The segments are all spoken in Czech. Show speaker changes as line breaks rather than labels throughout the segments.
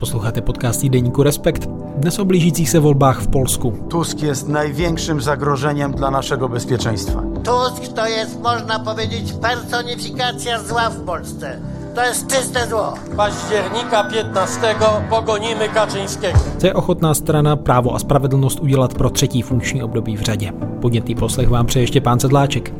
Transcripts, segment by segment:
Posloucháte podcast Deníku Respekt. Dnes o blížících se volbách v Polsku.
Tusk jest największym zagrożeniem dla naszego bezpieczeństwa.
Tusk to jest, można powiedzieć, personifikacja zła w Polsce. To jest czyste zło.
Października 15 pogonimy Kaczyńskiego.
Co je ochotná strana Právo a spravedlnost udělat pro třetí funkční období v řadě? Podnětný poslech vám přeje Štěpán Sedláček.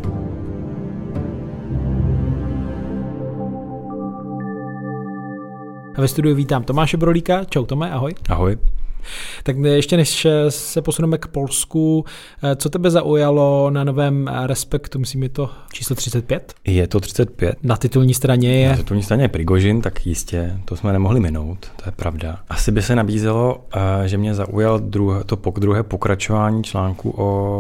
A ve studiu vítám Tomáše Brolíka. Čau Tome, ahoj.
Ahoj.
Tak ještě než se posuneme k Polsku, co tebe zaujalo na novém Respektu, myslím je to číslo 35?
Je to 35.
Na titulní straně je...
Na titulní straně je Prigožin, tak jistě, to jsme nemohli minout, to je pravda. Asi by se nabízelo, že mě zaujal druhé pokračování článku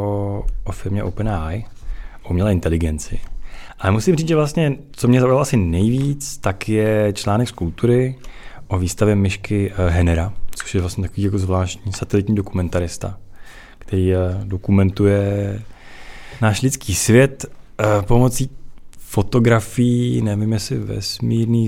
o firmě OpenAI, o umělé inteligenci. Ale musím říct, že vlastně, co mě zaujalo asi nejvíc, tak je článek z Kultury o výstavě myšky Hennera, což je vlastně takový jako zvláštní satelitní dokumentarista, který dokumentuje náš lidský svět pomocí fotografií, nevím jestli vesmírných,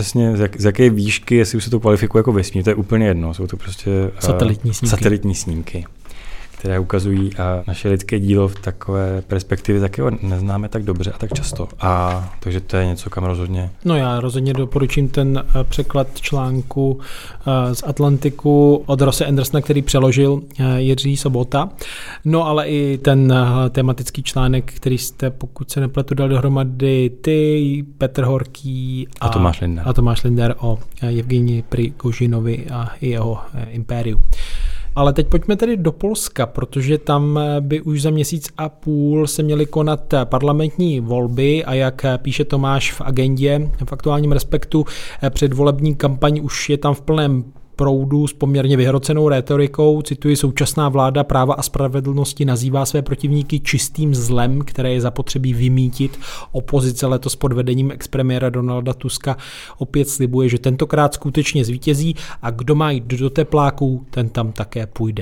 z jaké výšky, jestli už se to kvalifikuje jako vesmír, to je úplně jedno, jsou to prostě satelitní snímky, které ukazují naše lidské dílo v takové perspektivě, tak ho neznáme tak dobře a tak často. A takže to je něco, kam rozhodně...
No já rozhodně doporučím ten překlad článku z Atlantiku od Rosse Andersona, který přeložil Jiří Sobota. No ale i ten tematický článek, který jste, pokud se nepletu, dal dohromady ty, Petr Horký
a
Tomáš Linder o Jevgenii Prigožinovi a jeho impériu. Ale teď pojďme tedy do Polska, protože tam by už za měsíc a půl se měly konat parlamentní volby a jak píše Tomáš v agendě, v aktuálním Respektu, předvolební kampaň už je tam v plném proudu s poměrně vyhrocenou rétorikou. Cituji, současná vláda Práva a spravedlnosti nazývá své protivníky čistým zlem, které je zapotřebí vymítit. Opozice letos pod vedením expremiéra Donalda Tuska opět slibuje, že tentokrát skutečně zvítězí a kdo má jít do tepláků, ten tam také půjde.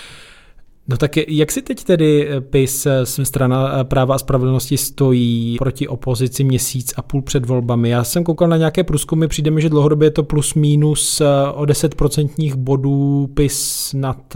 No tak jak si teď tedy PiS, strana Práva a spravedlnosti, stojí proti opozici měsíc a půl před volbami? Já jsem koukal na nějaké průzkumy, přijde mi, že dlouhodobě je to plus minus o 10% bodů PiS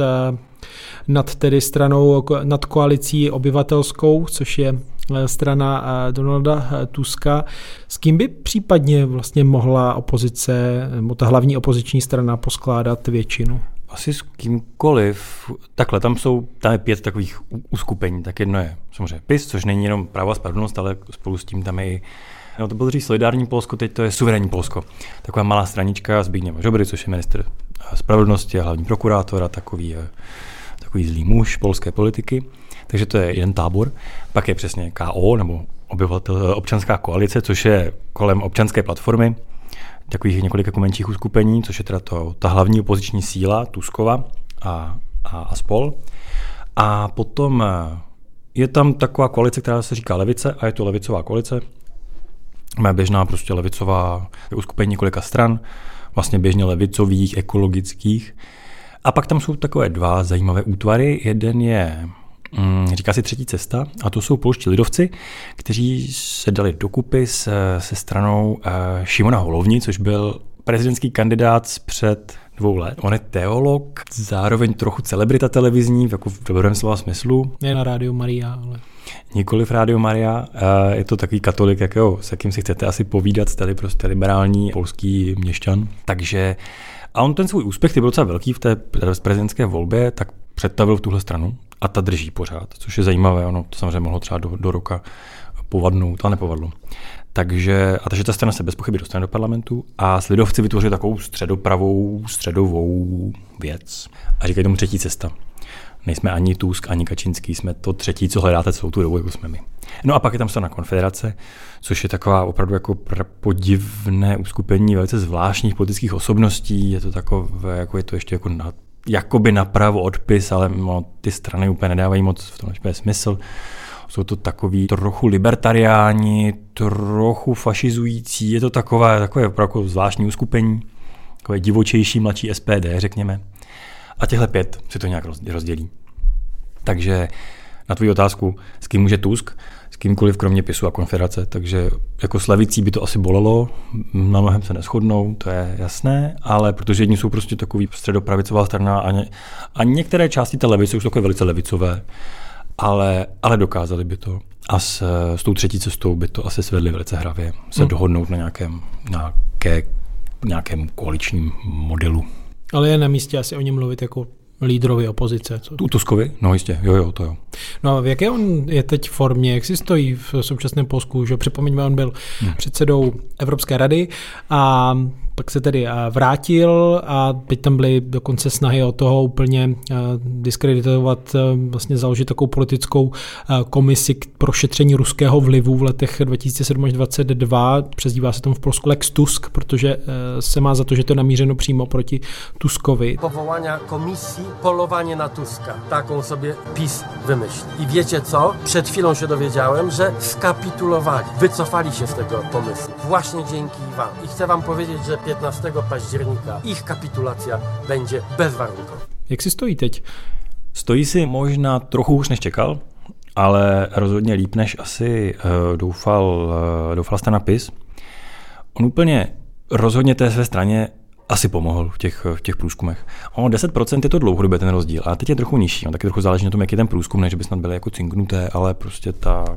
nad tedy stranou, nad koalicí obyvatelskou, což je strana Donalda Tuska. S kým by případně vlastně mohla opozice, ta hlavní opoziční strana poskládat většinu?
Asi s kýmkoliv. Takhle, tam je 5 takových uskupení. Tak jedno je samozřejmě PiS, což není jenom Právo a spravedlnost, ale spolu s tím tam je i, to bylo dřív Solidární Polsko, teď to je Suverénní Polsko. Taková malá stranička Zbigněva Ziobry, což je ministr spravedlnosti a hlavní prokurátor a takový zlý muž polské politiky. Takže to je jeden tábor. Pak je přesně KO, nebo občanská koalice, což je kolem občanské platformy, takových několika menších uskupení, což je teda ta hlavní opoziční síla Tuskova a spol. A potom je tam taková koalice, která se říká levice a je to levicová koalice. Má běžná prostě levicová uskupení několika stran, vlastně běžně levicových, ekologických. A pak tam jsou takové dva zajímavé útvary. Jeden je, říká si Třetí cesta, a to jsou polští lidovci, kteří se dali dokupy se stranou Šimona Holovni, což byl prezidentský kandidát před 2 let. On je teolog, zároveň trochu celebrita televizní, jako v dobrém slova smyslu.
Ne na Rádiu Maria, ale...
Nikoliv Rádio Maria, je to takový katolik, s jakým si chcete asi povídat, tady prostě liberální polský měšťan. Takže a on ten svůj úspěch, který byl docela velký v té prezidentské volbě, tak představil v tuhle stranu a ta drží pořád, což je zajímavé, ono to samozřejmě mohlo třeba do roka povadnout, ale nepovadlo. Takže ta strana se bez pochyby dostane do parlamentu a lidovci vytvoří takovou středovou věc a říkají tomu Třetí cesta. Nejsme ani Tusk, ani Kačinský, jsme to třetí, co hledáte celou tu dobu, jako jsme my. No a pak je tam strana Konfederace, což je taková opravdu jako podivné uskupení velice zvláštních politických osobností, je to takové, jako je to ještě jako jakoby napravo odpis, ale ty strany úplně nedávají moc v tom smysl. Jsou to takový trochu libertariáni, trochu fašizující, je to takové opravdu zvláštní uskupení, takové divočejší, mladší SPD, řekněme. A těchto 5 si to nějak rozdělí. Takže na tvou otázku, s kým může Tusk, s kýmkoliv kromě PiSu a Konfederace, takže jako s levicí by to asi bolelo, na mnohem se neshodnou, to je jasné, ale protože jedni jsou prostě takový středopravicová strana a některé části té levice už takové velice levicové, ale dokázali by to. A s tou třetí cestou by to asi svedli velice hravě se dohodnout na nějakém koaličním modelu.
Ale je na místě asi o něm mluvit jako lídrovi opozice.
Tuskovi? No jistě, jo, to jo.
No a v jaké on je teď formě, jak si stojí v současném Polsku, že připomeňme, on byl předsedou Evropské rady a pak se tedy vrátil a teď tam byly dokonce snahy o toho úplně diskreditovat, vlastně založit takovou politickou komisi k prošetření ruského vlivu v letech 2007 až 2022. Přezdívá se tomu v Polsku Lex Tusk, protože se má za to, že to je namířeno přímo proti Tuskovi.
Powołania komisji polowanie na Tuska. Taką sobie PiS wymyślił. I wiecie co? Przed chwilą się dowiedziałem, że skapitulowali. Wycofali się z tego pomysłu. Właśnie dzięki wam. I chcę wam powiedzieć, że 15 października ich kapitulacja będzie bezwarunkowa.
Jak si stojí teď?
Stojí si možná trochu už než čekal, ale rozhodně líp, než asi doufal strana PiS. On úplně rozhodně té své straně asi pomohl v těch průzkumech. 10% je to dlouhodobě ten rozdíl, a teď je trochu nižší. Taky trochu záleží na tom, jak je ten průzkum, než by snad byly jako cinknuté, ale prostě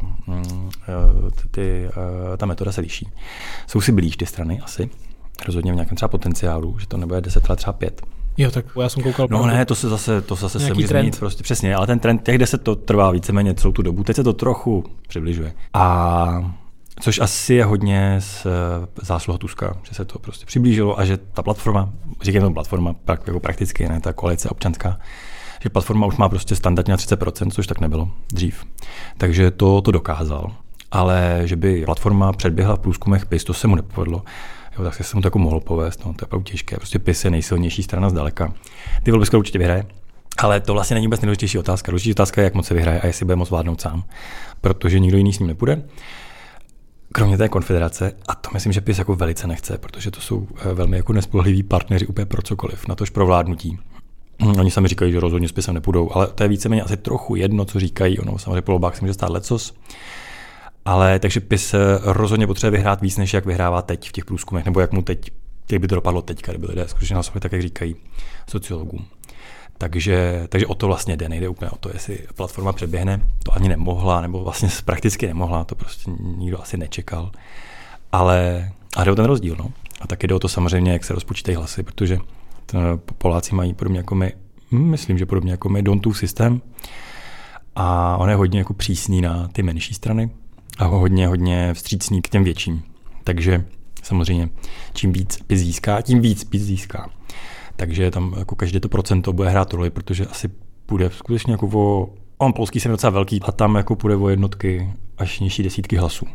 ta metoda se liší. Jsou si blíž ty strany asi, rozhodně v nějakém třeba potenciálu, že to nebude 10, ale třeba 5.
Jo, tak já jsem koukal.
No ne, to se zase se může změnit prostě přesně, ale ten trend těch 10 to trvá víceméně celou tu dobu, teď se to trochu přibližuje. A což asi je hodně z zásluha Tuska, že se to prostě přiblížilo a že ta platforma, říkám tomu platforma, jako prakticky, ne ta koalice občanská, že platforma už má prostě standardně na 30%, což tak nebylo dřív. Takže to dokázal. Ale že by platforma předběhla v průzkumech PiS, to se mu nepovedlo. Jo, tak se mu to jako mohlo povést, no, to je opravdu těžké. Prostě PiS je nejsilnější strana zdaleka. Ty volby skoro určitě vyhraje, ale to vlastně není vůbec nejdůležitější otázka. Důležitější otázka je, jak moc se vyhraje a jestli bude moc vládnout sám, protože nikdo jiný s ním nepůjde. Kromě té konfederace, a to myslím, že PiS jako velice nechce, protože to jsou velmi jako nespolehliví partneři úplně pro cokoliv, natož pro vládnutí. Oni sami říkají, že rozhodně s PiSem nepůjdou, ale to je víceméně asi trochu jedno, co říkají. Ono samozřejmě po volbách se může stát lecos. Ale takže PiS rozhodně potřebuje vyhrát víc, než jak vyhrává teď v těch průzkumech, nebo jak by to dopadlo teďka, kdyby lidé skutečně hlasovali tak, jak říkají sociologům. Takže o to vlastně jde, nejde úplně o to, jestli platforma přeběhne, to ani nemohla, nebo vlastně prakticky nemohla, to prostě nikdo asi nečekal. Ale jde o ten rozdíl, no. A taky jde o to samozřejmě, jak se rozpočítají hlasy, protože Poláci mají podobně jako my, myslím, že podobně jako my, Dontův systém. A on je hodně jako přísný na ty menší strany a hodně vstřícný k těm větším. Takže samozřejmě čím víc PiS získá, tím víc PiS získá. Takže tam jako každé to procento bude hrát roli, protože asi půjde skutečně jako on polský jsem docela velký a tam jako půjde o jednotky až nižší desítky hlasů.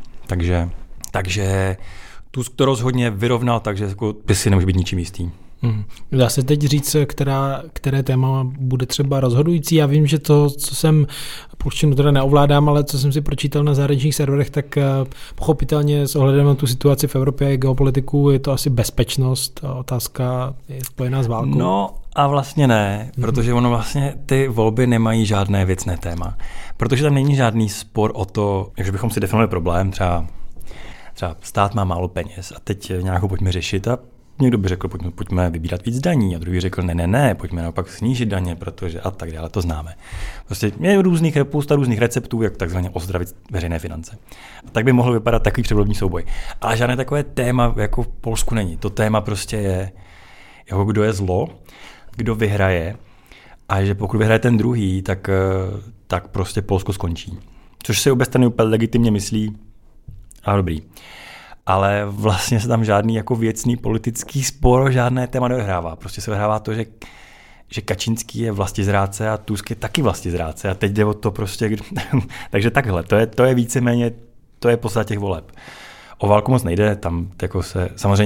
Takže Tusk to rozhodně vyrovnal, takže jako PiS si nemůže být ničím jistý.
Dá se teď říct, které téma bude třeba rozhodující. Já vím, že to, co jsem polštinu teda neovládám, ale co jsem si pročítal na zahraničních serverech, tak pochopitelně s ohledem na tu situaci v Evropě a geopolitiku je to asi bezpečnost. Otázka je spojená s válkou.
No a vlastně ne, protože ono vlastně ty volby nemají žádné věcné téma. Protože tam není žádný spor o to, že bychom si definovali problém, třeba stát má málo peněz a teď nějakou pojďme řešit a někdo by řekl, pojďme vybírat víc daní, a druhý řekl, ne, pojďme naopak snížit daně, protože a tak dále, to známe. Prostě je spousta různých receptů, jak takzvaně ozdravit veřejné finance. A tak by mohl vypadat takový předvolební souboj. Ale žádné takové téma jako v Polsku není. To téma prostě je, jako kdo je zlo, kdo vyhraje, a že pokud vyhraje ten druhý, tak prostě Polsko skončí. Což si obě strany úplně legitimně myslí, a dobrý. Ale vlastně se tam žádný jako věcný politický spor, žádné téma neodehrává. Prostě se odehrává to, že Kačínský je vlastizrádce a Tusk je taky vlastizrádce a teď jde o to prostě, takže takhle, to je víceméně, to je podstata těch voleb. O válku moc nejde, tam jako se,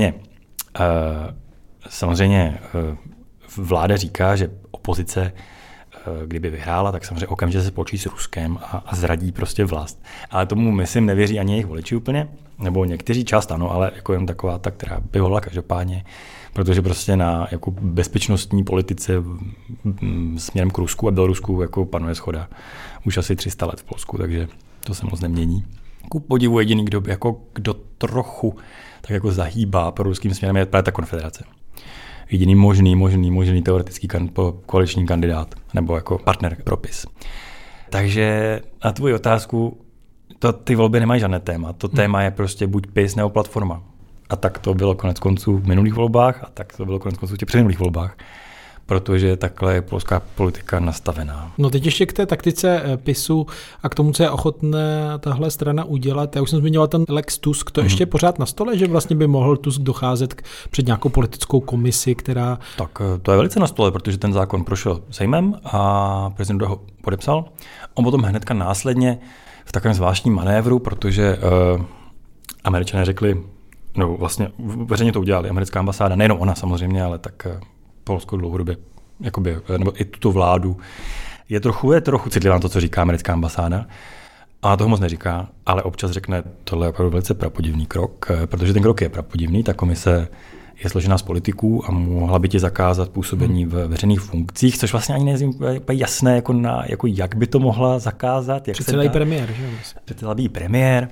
samozřejmě vláda říká, že opozice, kdyby vyhrála, tak samozřejmě okamžitě se spolčí s Ruskem a zradí prostě vlast. Ale tomu myslím nevěří ani jejich voliči úplně, nebo někteří část ano, ale jako jen taková ta, která by volila každopádně protože prostě na jako bezpečnostní politice směrem k Rusku a Bělorusku jako panuje shoda už asi 300 let v Polsku, takže to se moc nemění. Ku podivu jediný, kdo trochu tak jako zahýbá pro ruským směrem, je právě ta konfederace. Jediný možný teoretický koaliční kandidát nebo jako partner pro PiS. Takže na tvoji otázku, ty volby nemají žádné téma. To téma je prostě buď PiS nebo platforma. A tak to bylo konec konců v minulých volbách a tak to bylo konec konců v těch předminulých volbách. Protože takhle je polská politika nastavená.
No teď ještě k té taktice PiSu a k tomu, co je ochotná tahle strana udělat. Já už jsem zmiňoval ten Lex Tusk, to ještě pořád na stole, že vlastně by mohl Tusk docházet před nějakou politickou komisi, která...
Tak to je velice na stole, protože ten zákon prošel Sejmem a prezident ho podepsal. On potom hnedka následně v takovém zvláštním manévru, protože Američané řekli, no vlastně veřejně to udělali, americká ambasáda, nejenom ona samozřejmě, ale tak Polsko dlouhodobě, jakoby, nebo i tuto vládu, je trochu citlivá na to, co říká americká ambasáda. A toho moc neříká, ale občas řekne, tohle je opravdu velice prapodivný krok, protože ten krok je prapodivný, ta komise je složená z politiků a mohla by ti zakázat působení v veřejných funkcích, což vlastně ani není jasné, jako jak by to mohla zakázat.
Předsedá premiér, že?
Předsedá premiér.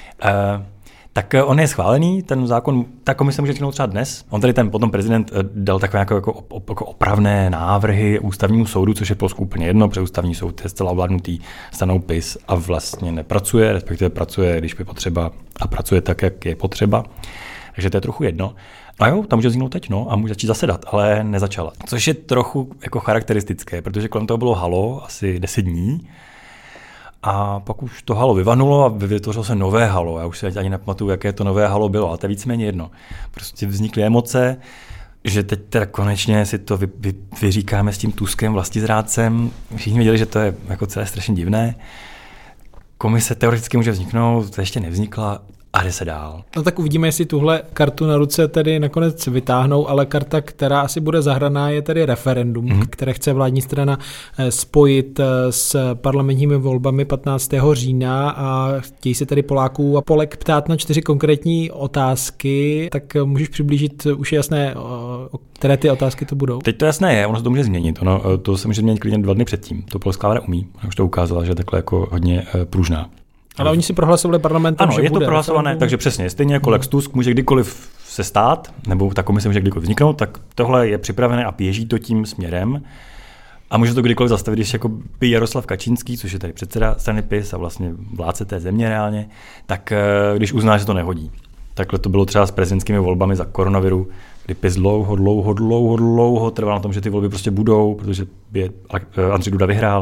Tak on je schválený, ten zákon, ta komise může vzniknout třeba dnes. On tady potom prezident dal takové jako opravné návrhy ústavnímu soudu, což je Polsku úplně jedno, protože ústavní soud je zcela ovládnutý stranou PiS a vlastně nepracuje, respektive pracuje, když by potřeba a pracuje tak, jak je potřeba. Takže to je trochu jedno. A jo, tam může vzniknout teď, a může začít zasedat, ale nezačala. Což je trochu jako charakteristické, protože kolem toho bylo halo asi 10 dní. A pak už to halo vyvanulo a vytvořilo se nové halo. Já už si ani nepamatuju, jaké to nové halo bylo, ale to je víceméně jedno. Prostě vznikly emoce, že teď teda konečně si to vyříkáme s tím Tuskem, vlastizrádcem. Všichni věděli, že to je jako celé strašně divné. Komise teoreticky může vzniknout, to ještě nevznikla a jde se dál.
No tak uvidíme, jestli tuhle kartu na ruce tedy nakonec vytáhnou, ale karta, která asi bude zahraná, je tedy referendum, které chce vládní strana spojit s parlamentními volbami 15. října a chtějí se tedy Poláků a Polek ptát na 4 konkrétní otázky, tak můžeš přiblížit, už je jasné, které ty otázky to budou?
Teď to jasné je, ono se to může změnit, to se může změnit klidně 2 dny předtím, to polská vláda umí, už to ukázala, že je takhle jako hodně pružná.
Ale oni si prohlasovali parlamentem,
ano,
že
je
bude
to prohlasované, takže přesně, stejně jako Lex Tusk může kdykoliv se stát, nebo ta komise může kdykoliv vzniknout, tak tohle je připravené a běží to tím směrem. A může to kdykoliv zastavit, když jako by Jaroslav Kačínský, což je tady předseda strany PiS a vlastně vládce té země reálně, tak když uzná, že to nehodí. Takhle to bylo třeba s prezidentskými volbami za koronaviru, kdy PiS dlouho trval na tom, že ty volby prostě budou, protože Andřej Duda vyhrál.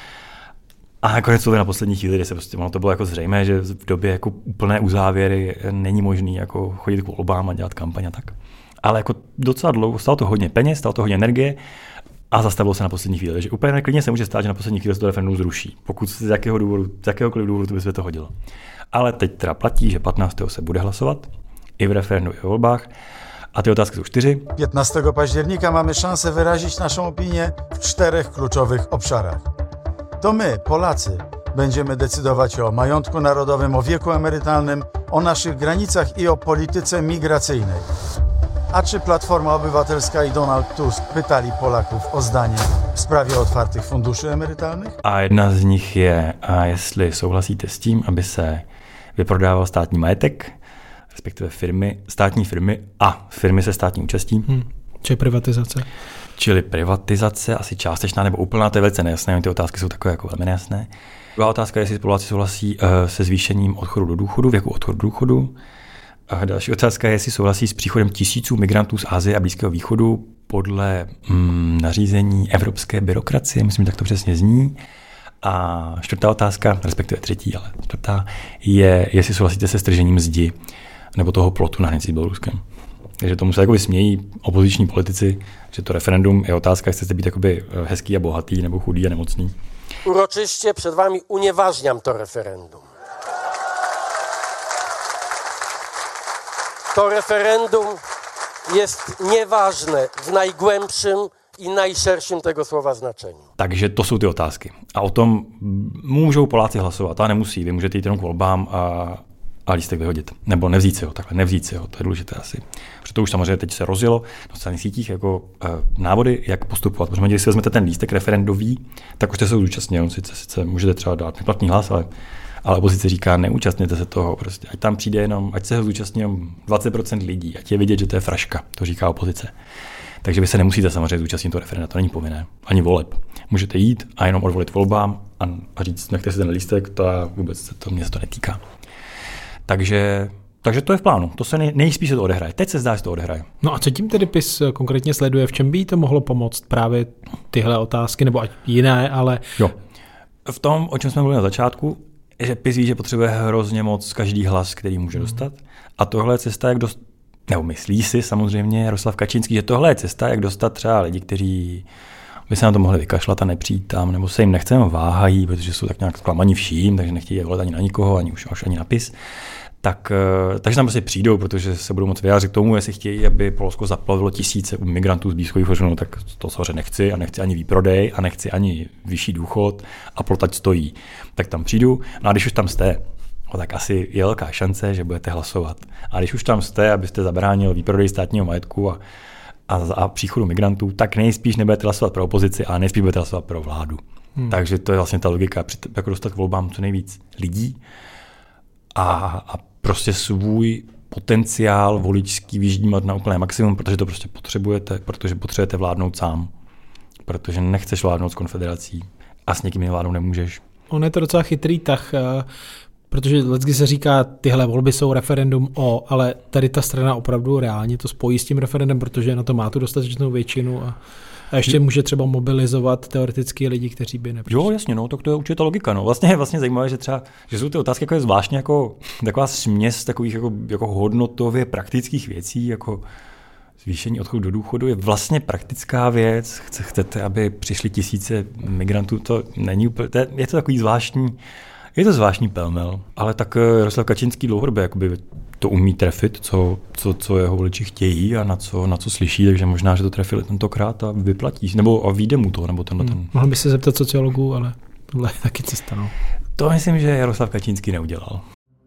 A nakonec to na poslední chvíli, kdy se prostě, ono to bylo jako zřejmé, že v době jako úplné uzávěry není možný jako chodit k volbám a dělat kampaň a tak. Ale jako docela dlouho, stalo to hodně peněz, stalo to hodně energie a zastavilo se na poslední chvíli. Takže úplně klidně se může stát, že na poslední chvíli se to referendum zruší, pokud z jakéhokoliv důvodu to by se to hodilo. Ale teď teda platí, že 15. se bude hlasovat i v referendu, i v volbách. A ty otázky jsou 4.
15 października mamy szansę wyrazić naszą opinię w 4 kluczowych obszarach. To my, Polacy, będziemy decydować o majątku narodowym, o wieku emerytalnym, o naszych granicach i o polityce migracyjnej. A czy Platforma Obywatelska i Donald Tusk pytali Polaków o zdanie w sprawie otwartych funduszy emerytalnych?
A jedna z nich je, jestli souhlasíte s tím, aby se vyprodával státní majetek, respektive státní firmy a firmy se státní účastí.
Či privatizace.
Čili privatizace, asi částečná nebo úplná, to je velice nejasné, ty otázky jsou takové jako velmi nejasné. Druhá otázka je, jestli Poláci souhlasí se zvýšením odchodu do důchodu, věku odchodu do důchodu. A další otázka je, jestli souhlasí s příchodem tisíců migrantů z Asie a Blízkého východu podle nařízení evropské byrokracie, myslím, tak to přesně zní. A čtvrtá otázka, respektive třetí, ale čtvrtá, je, jestli souhlasíte se stržením zdi nebo toho plotu na hranici s Běloruskem. Takže tomu se jako smějí opoziční politici, že to referendum je otázka, jestli chcete být jakoby hezký a bohatý nebo chudý a nemocný.
Uroczyście przed wami unieważniam to referendum. To referendum jest nieważne w najgłębszym i najszerszym tego słowa znaczeniu.
Takže to jsou ty otázky. A o tom můžou Poláci hlasovat, a nemusí. Vy můžete jít jenom k volbám a lístek vyhodit. Nebo nevzít si ho, to je důležité asi. Protože to už samozřejmě teď se rozjelo na sociálních sítích jako návody, jak postupovat. Protože když si vezmete ten lístek referendový, tak už jste se zúčastnil. Sice můžete třeba dát neplatný hlas, ale opozice říká, neúčastněte se toho. Prostě. Ať tam přijde jenom, ať se ho zúčastní jenom 20% lidí, ať je vidět, že to je fraška, to říká opozice. Takže vy se nemusíte samozřejmě zúčastnit toho referenda, to není povinné, ani voleb. Můžete jít a jenom odvolit volbám a říct, nechte si ten lístek, mě se to netýká. Takže to je v plánu, to se nejspíš se to odehraje. Teď se zdá, že to odehraje.
No a co tím tedy PiS konkrétně sleduje, v čem by to mohlo pomoct právě tyhle otázky, nebo ať jiné, ale...
Jo. V tom, o čem jsme mluvili na začátku, že PiS ví, že potřebuje hrozně moc každý hlas, který může dostat. A tohle je cesta, jak dostat, nebo myslí si samozřejmě Jaroslav Kačinský, že tohle je cesta, jak dostat třeba lidi, kteří by se na to mohli vykašlat a nepřijít tam, nebo se jim nechceme váhají, protože jsou tak nějak zklamaní vším, takže nechtějí volit ani na nikoho, ani na PiS. Takže tam prostě přijdou, protože se budou moct vyjádřit k tomu, jestli chtějí, aby Polsko zaplavilo tisíce migrantů z Blízkého východu, tak to samozřejmě nechci a nechci ani výprodej a nechci ani vyšší důchod a plotať stojí. Tak tam přijdu, no a když už tam jste, tak asi je velká šance, že budete hlasovat. A když už tam jste, abyste zabránil výprodej státního majetku a příchodu migrantů, tak nejspíš nebudete hlasovat pro opozici a nejspíš budete hlasovat pro vládu. Takže to je vlastně ta logika, jako dostat k volbám co nejvíc lidí a prostě svůj potenciál voličský vyždímat na úplné maximum, protože to prostě potřebujete, protože potřebujete vládnout sám. Protože nechceš vládnout s konfederací a s někým vládnout nemůžeš.
On je to docela chytrý tah, protože vždycky se říká, tyhle volby jsou referendum ale tady ta strana opravdu reálně to spojí s tím referendem, protože na to má tu dostatečnou většinu a ještě může třeba mobilizovat teoreticky lidi, kteří by nepřišli.
Jo, jasně, no, tak to je určitě ta logika. No. Vlastně je zajímavé, že jsou ty otázky jako je zvláštně jako taková směs takových jako hodnotově praktických věcí, jako zvýšení odchodu do důchodu je vlastně praktická věc. Chcete, aby přišli tisíce migrantů, to není úplně, je to takový zvláštní. Je to zvláštní pelmel, ale tak Jaroslav Kačinský dlouhodobě jakoby to umí trefit, co jeho voliči chtějí a na co slyší, takže možná, že to trefili tentokrát a vyplatí, nebo a vyjde mu to, nebo tenhle ten.
Mohl by se zeptat sociologů, ale tohle je taky cesta, no.
To myslím, že Jaroslav Kačinský neudělal.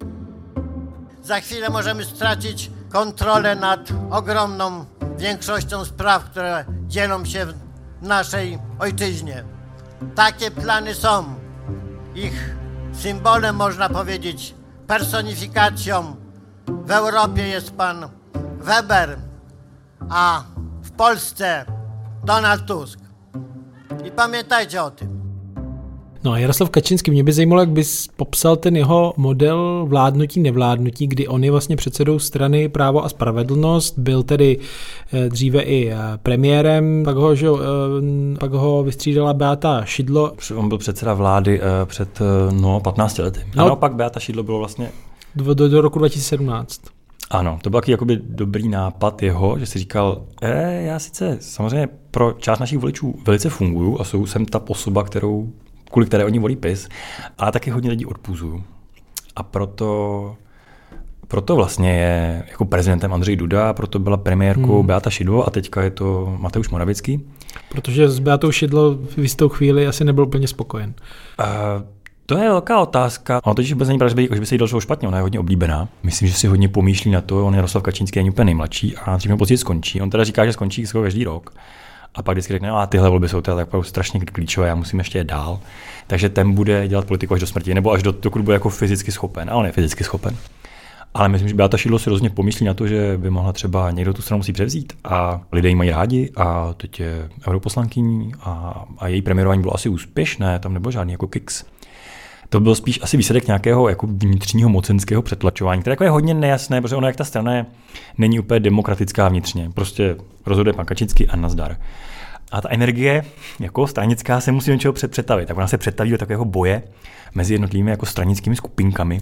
Za chwilę możemy stracić kontrolę nad ogromną większością spraw, które dzielą się w naszej ojczyźnie. Takie plany są. Ich symbolem, można powiedzieć, personifikacją w Europie jest pan Weber, a w Polsce Donald Tusk. I pamiętajcie o tym.
No a Jaroslav Kačinský, mě by zajímalo, jak bys popsal ten jeho model vládnutí, nevládnutí, kdy on je vlastně předsedou strany Právo a spravedlnost, byl tedy dříve i premiérem, pak ho vystřídala Beata Šidlo.
On byl předseda vlády před 15 lety. A naopak Beata Šidlo bylo vlastně...
Do roku 2017.
Ano, to byl takový jakoby dobrý nápad jeho, že si říkal, já sice samozřejmě pro část našich voličů velice funguju a jsem ta osoba, kvůli které oni volí PiS, ale taky hodně lidí odpůzuju. A proto vlastně je jako prezidentem Andřej Duda, proto byla premiérkou Beata Šidlo a teďka je to Mateusz Morawiecki.
Protože s Beatou Šidlo v jistou chvíli asi nebyl úplně spokojen.
To je velká otázka. Ono totiž vůbec není pravda, že by se jí dalo špatně, ona je hodně oblíbená. Myslím, že si hodně pomýšlí na to, on Jaroslav Kačinský je úplně nejmladší a dřív později skončí. On teda říká, že skončí skoro každý rok. A pak vždycky řekne, tyhle volby jsou teda tak strašně klíčové, já musím ještě jít dál. Takže ten bude dělat politiku až do smrti, nebo až dokud bude jako fyzicky schopen. A on je fyzicky schopen. Ale myslím, že Beata Šidlo si rozhodně pomyslí na to, že by mohla třeba někdo tu stranu musí převzít a lidé ji mají rádi a teď je europoslankyní a její premiérování bylo asi úspěšné, tam nebyl žádný jako kiks. To byl spíš asi výsledek nějakého jako vnitřního mocenského přetlačování, které jako je hodně nejasné, protože ona jak ta strana není úplně demokratická vnitřně. Prostě rozhoduje pan Kačinský a nazdar. A ta energie jako stranická se musí něčeho přetavit. Tak ona se přetaví do takového boje mezi jednotlivými jako stranickými skupinkami.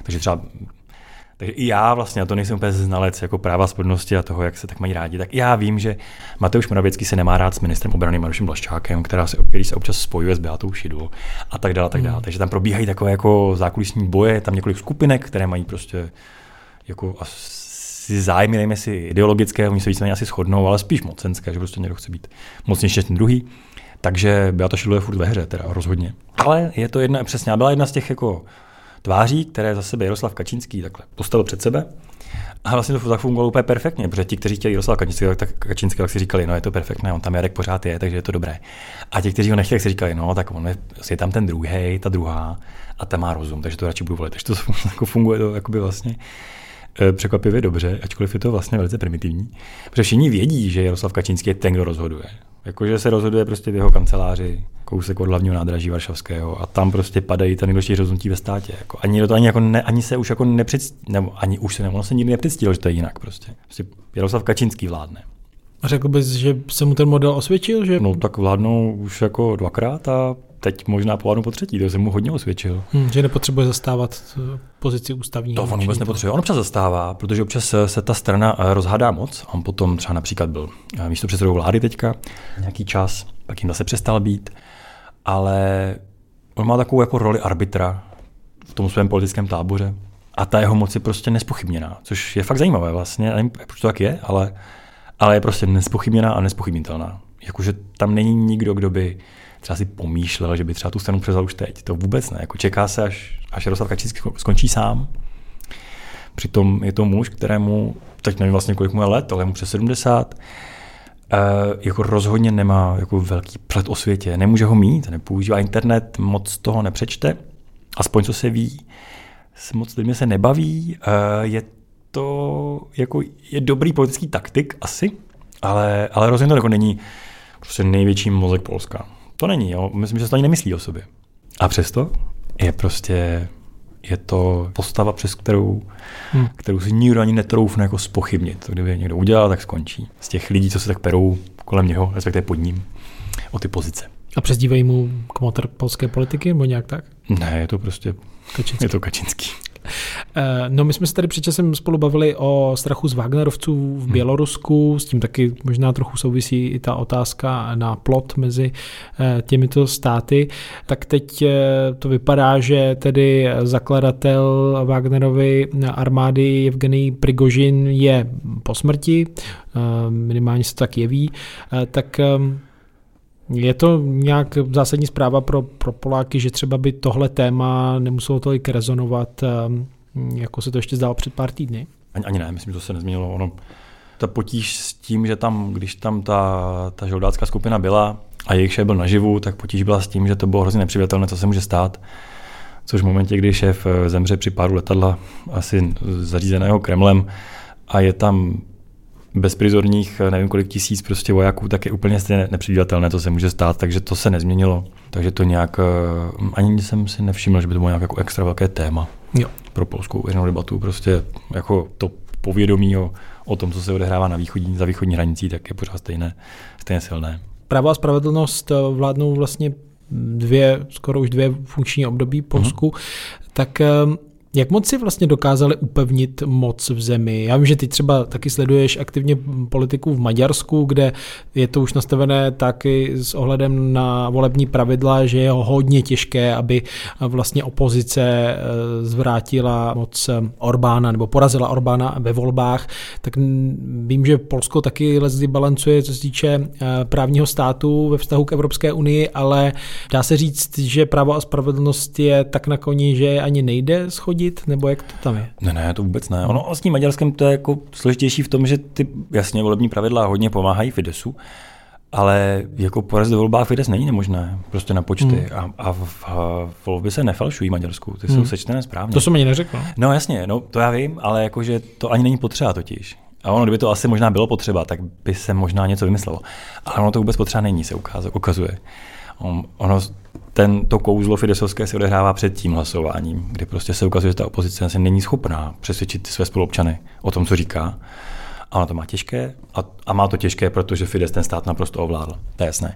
Takže i já vlastně, a to nejsem úplně znalec jako práva spravedlnosti a toho, jak se tak mají rádi, tak já vím, že Mateusz Morawiecki se nemá rád s ministrem obrany Mariuszem Błaszczakem, který se občas spojuje s Beatou Šidlo a tak dále, tak dále. Takže tam probíhají takové jako zákulisní boje, tam několik skupinek, které mají prostě jako asi zájmy, nevím jestli ideologické, oni se víceméně asi shodnou, ale spíš mocenské, že prostě někdo chce být mocnější než ten druhý. Takže Beata Šidlo je furt ve hře, teda rozhodně. Ale je to byla jedna z těch jako tváří, které za sebe Jaroslav Kačínský takhle postavil před sebe. A vlastně to tak fungovalo úplně perfektně, protože ti, kteří chtěli Jaroslava Kačínského, tak si říkali, no je to perfektné, on tam Jarek pořád je, takže je to dobré. A ti, kteří ho nechtěli, si říkali, no tak on je tam ten druhej, ta druhá a ta má rozum, takže to radši budu volit. Takže to jako funguje to jakoby vlastně překvapivě dobře, ačkoliv je to vlastně velice primitivní. Protože všichni vědí, že Jaroslav Kačínský je ten, kdo rozhoduje. Jakože se rozhoduje prostě v jeho kanceláři, kousek od hlavního nádraží varšavského a tam prostě padají ty nejdůležitější rozhodnutí ve státě. Jako, ani se už jako ono se nikdy nepředstíralo, že to je jinak prostě. Jaroslav Kačínský vládne.
A řekl bys, že se mu ten model osvědčil? Že...
No tak vládnou už jako 2krát a teď možná povládnou po 3. To se mu hodně osvědčil.
Že nepotřebuje zastávat pozici ústavního.
To on vůbec nepotřebuje. On občas zastává, protože občas se ta strana rozhádá moc. On potom třeba například byl místopředsedou vlády teďka nějaký čas, pak jim zase přestal být. Ale on má takovou jako roli arbitra v tom svém politickém táboře a ta jeho moc je prostě nespochybněná, což je fakt zajímavé vlastně. Nevím, proč to tak je, ale je prostě nespochybněná a nespochybnitelná. Jakože tam není nikdo, kdo by třeba si pomýšlel, že by třeba tu stranu převzal už teď. To vůbec ne. Jako čeká se, až Jaroslav Kačínský skončí sám. Přitom je to muž, kterému, teď nevím vlastně, kolik mu je let, ale mu přes 70, jako rozhodně nemá jako velký před o světě. Nemůže ho mít, nepoužívá internet, moc toho nepřečte. Aspoň co se ví, moc lidmi se nebaví. Je to jako je dobrý politický taktik asi, ale rozhodně to jako není prostě největší mozek Polska. To není, jo. Myslím, že se to ani nemyslí o sobě. A přesto je to postava, přes kterou si nikdo ani netroufne jako zpochybnit. Kdyby někdo udělal, tak skončí. Z těch lidí, co se tak perou kolem něho, respektive pod ním, o ty pozice.
A přezdívají mu kmotr polské politiky, nebo nějak tak?
Ne, je to prostě Kačínský. Je to Kačínský.
No, my jsme se tady před časem spolu bavili o strachu z Wagnerovců v Bělorusku, s tím taky možná trochu souvisí i ta otázka na plot mezi těmito státy. Tak teď to vypadá, že tedy zakladatel Wagnerovy armády Evgenij Prigožin je po smrti, minimálně se to tak jeví, tak je to nějak zásadní zpráva pro Poláky, že třeba by tohle téma nemuselo tolik rezonovat, jako se to ještě zdálo před pár týdny?
Ani ne, myslím, že to se nezměnilo. Ono, ta potíž s tím, že tam, když tam ta žoldácká skupina byla a jejich šéf byl naživu, tak potíž byla s tím, že to bylo hrozně nepředvídatelné, co se může stát. Což v momentě, kdy šéf zemře při pádu letadla asi zařízeného Kremlem a je tam bezprizorních, nevím kolik tisíc prostě vojáků, tak je úplně stejně nepředvídatelné, co se může stát, takže to se nezměnilo. Takže to nějak, ani jsem si nevšiml, že by to bylo nějak jako extra velké téma pro polskou veřejnou debatu. Prostě jako to povědomí o tom, co se odehrává za východní hranicí, tak je pořád stejně silné.
Právo a spravedlnost vládnou vlastně skoro už dvě funkční období Polsku, tak jak moc si vlastně dokázali upevnit moc v zemi? Já vím, že ty třeba taky sleduješ aktivně politiku v Maďarsku, kde je to už nastavené taky s ohledem na volební pravidla, že je hodně těžké, aby vlastně opozice zvrátila moc Orbána nebo porazila Orbána ve volbách. Tak vím, že Polsko taky leckdy balancuje, co se týče právního státu ve vztahu k Evropské unii, ale dá se říct, že právo a spravedlnost je tak na koni, že ani nejde shodit, nebo jak to tam je?
Ne, to vůbec ne. Ono s tím Maďarskem to je jako složitější v tom, že ty jasně volební pravidla hodně pomáhají Fidesu, ale jako porazit ve volbách Fides není nemožné, prostě na počty a volby se nefalšují v Maďarsku, ty jsou sečtené správně.
To jsem ani neřekl.
No jasně, to já vím, ale jakože to ani není potřeba totiž. A ono, kdyby to asi možná bylo potřeba, tak by se možná něco vymyslelo. Ale ono to vůbec potřeba není, se ukazuje. To kouzlo fidesovské se odehrává před tím hlasováním, kdy prostě se ukazuje, že ta opozice asi není schopná přesvědčit své spoluobčany o tom, co říká. A ono to má těžké a má to těžké, protože Fides ten stát naprosto ovládl. To je jasné.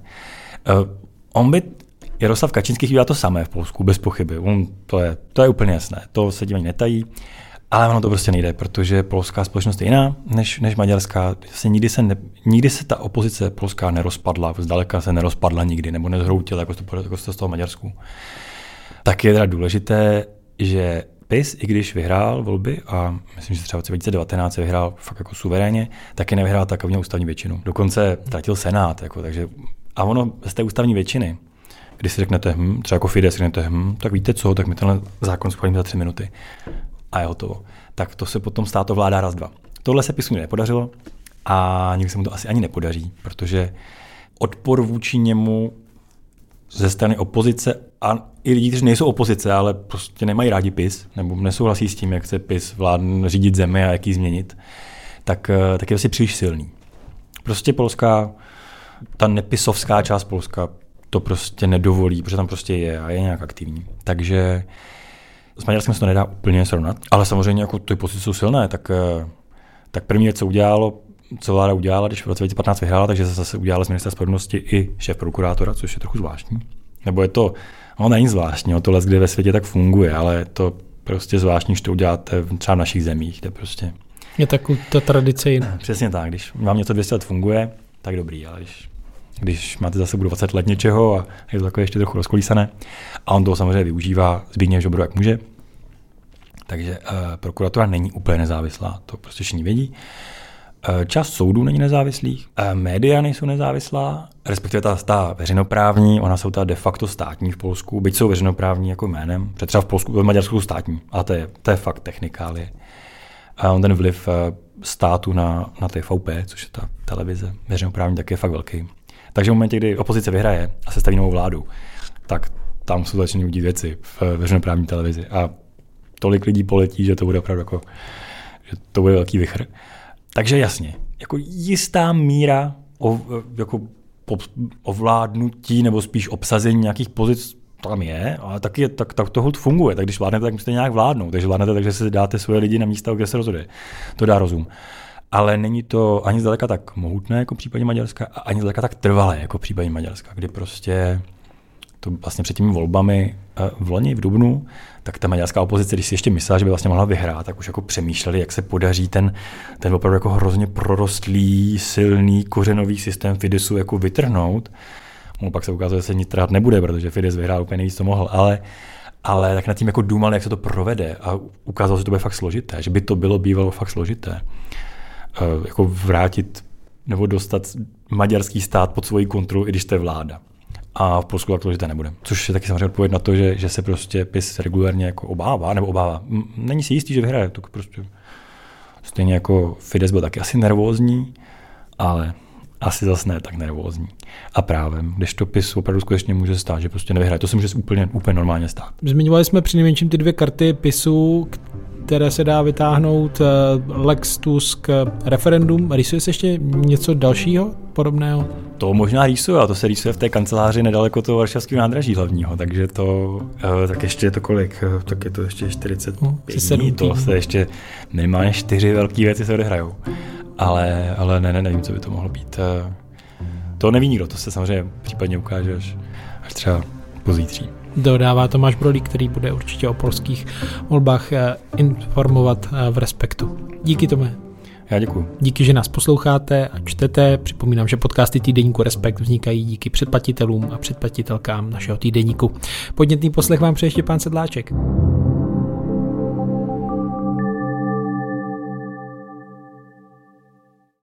Jaroslav Kačínský chtěl to samé v Polsku, bez pochyby. To je úplně jasné. To se tím ani netají. Ale ono to prostě nejde, protože polská společnost je jiná než maďarská. Nikdy se ta opozice polská nerozpadla, zdaleka se nerozpadla nikdy, nebo nezhroutila, jako to z toho Maďarsku. Tak je teda důležité, že PiS, i když vyhrál volby, a myslím, že třeba v 2019 vyhrál fakt jako suverénně, taky nevyhrál takovou ústavní většinu. Dokonce tratil Senát, takže a ono z té ústavní většiny když si řeknete, třeba jako Fidesz řeknete, tak víte co, tak my tenhle zákon schválíme za 3 minuty a je hotovo. Tak to se potom státovládá raz, dva. Tohle se PiSu nepodařilo a nikdy se mu to asi ani nepodaří, protože odpor vůči němu ze strany opozice a i lidi, kteří nejsou opozice, ale prostě nemají rádi PiS, nebo nesouhlasí s tím, jak se PiS vládne řídit zemi a jak ji změnit, tak je asi příliš silný. Prostě polská, ta nepisovská část Polska to prostě nedovolí, protože tam prostě je a je nějak aktivní. Takže s Maďarskem se to nedá úplně srovnat, ale samozřejmě jako ty pozice jsou silné, tak první věc, co vláda udělala, když v roce 2015 vyhrála, takže se zase udělala z ministra spravedlnosti i šéf prokurátora, což je trochu zvláštní. Nebo je to, není zvláštní, to les, kde ve světě tak funguje, ale je to prostě zvláštní, když to uděláte třeba v našich zemích, kde prostě...
Je taková ta tradice jiná.
Přesně tak, když vám něco 200 let funguje, tak dobrý, ale když máte zase 20 let něčeho a je to takové ještě trochu rozkolísané a on toho samozřejmě využívá Zbigněv Ziobro jak může, takže prokuratura není úplně nezávislá, to prostě všichni vědí. Část soudů není nezávislých, média nejsou nezávislá, respektive ta veřejnoprávní, ona jsou ta de facto státní v Polsku, byť jsou veřejnoprávní jako jménem, protože třeba v Polsku, v Maďarsku státní, ale to je fakt technikálie. A on ten vliv státu na TVP, což je ta televize veřejnoprávní, tak je fakt velký. Takže v momentě, kdy opozice vyhraje a sestaví novou vládu, tak tam se začínají udít věci v veřejnoprávní televizi a tolik lidí poletí, že to bude opravdu jako, že to bude velký vichr. Takže jasně, jako jistá míra ovládnutí nebo spíš obsazení nějakých pozic tam je, ale tak to hold funguje. Tak když vládnete, tak musíte nějak vládnout. Takže vládnete, takže si dáte svoje lidi na místa, kde se rozhoduje. To dá rozum. Ale není to ani zdaleka tak mohutné jako v případě Maďarska a ani zdaleka tak trvalé jako v případě Maďarska, kdy prostě to vlastně před těmi volbami v loni, v dubnu, tak ta maďarská opozice, když si ještě myslela, že by vlastně mohla vyhrát, tak už jako přemýšleli, jak se podaří ten opravdu jako hrozně prorostlý, silný, kořenový systém Fideszu jako vytrhnout. Pak se ukázalo, že se nic trhat nebude, protože Fidesz vyhrál úplně nejvíc, co mohl, ale tak nad tím jako důmali, jak se to provede a ukázalo se, že to bude fakt složité, že by to bývalo fakt složité. Jako vrátit nebo dostat maďarský stát pod svoji kontrolu, i když to je vláda. A v Polsku tak složité nebude. Což je taky samozřejmě odpověď na to, že se prostě PiS regulérně jako obává. Není si jistý, že vyhraje. To prostě stejně jako Fidesz byl taky asi nervózní, ale asi zase ne tak nervózní. A právem, když to PiS opravdu skutečně může stát, že prostě nevyhraje. To se může úplně normálně stát. Zmiňovali
jsme přinejmenším ty 2 karty PiSu, které se dá vytáhnout, Lex Tusk, referendum. Rýsuje se ještě něco dalšího podobného?
To možná rýsuje, a to se rýsuje v té kanceláři nedaleko toho varšavského nádraží hlavního, takže to, tak ještě je to kolik? Tak je to ještě 45 dní, to se ještě minimálně 4 velké věci se odehrajou. Ale nevím, co by to mohlo být. To neví nikdo, to se samozřejmě případně ukáže až třeba pozítří.
Dodává Tomáš Brolík, který bude určitě o polských volbách informovat v Respektu. Díky, Tome.
Já děkuju.
Díky, že nás posloucháte a čtete. Připomínám, že podcasty týdeníku Respekt vznikají díky předplatitelům a předplatitelkám našeho týdeníku. Podnětný poslech vám přeje Štěpán Sedláček.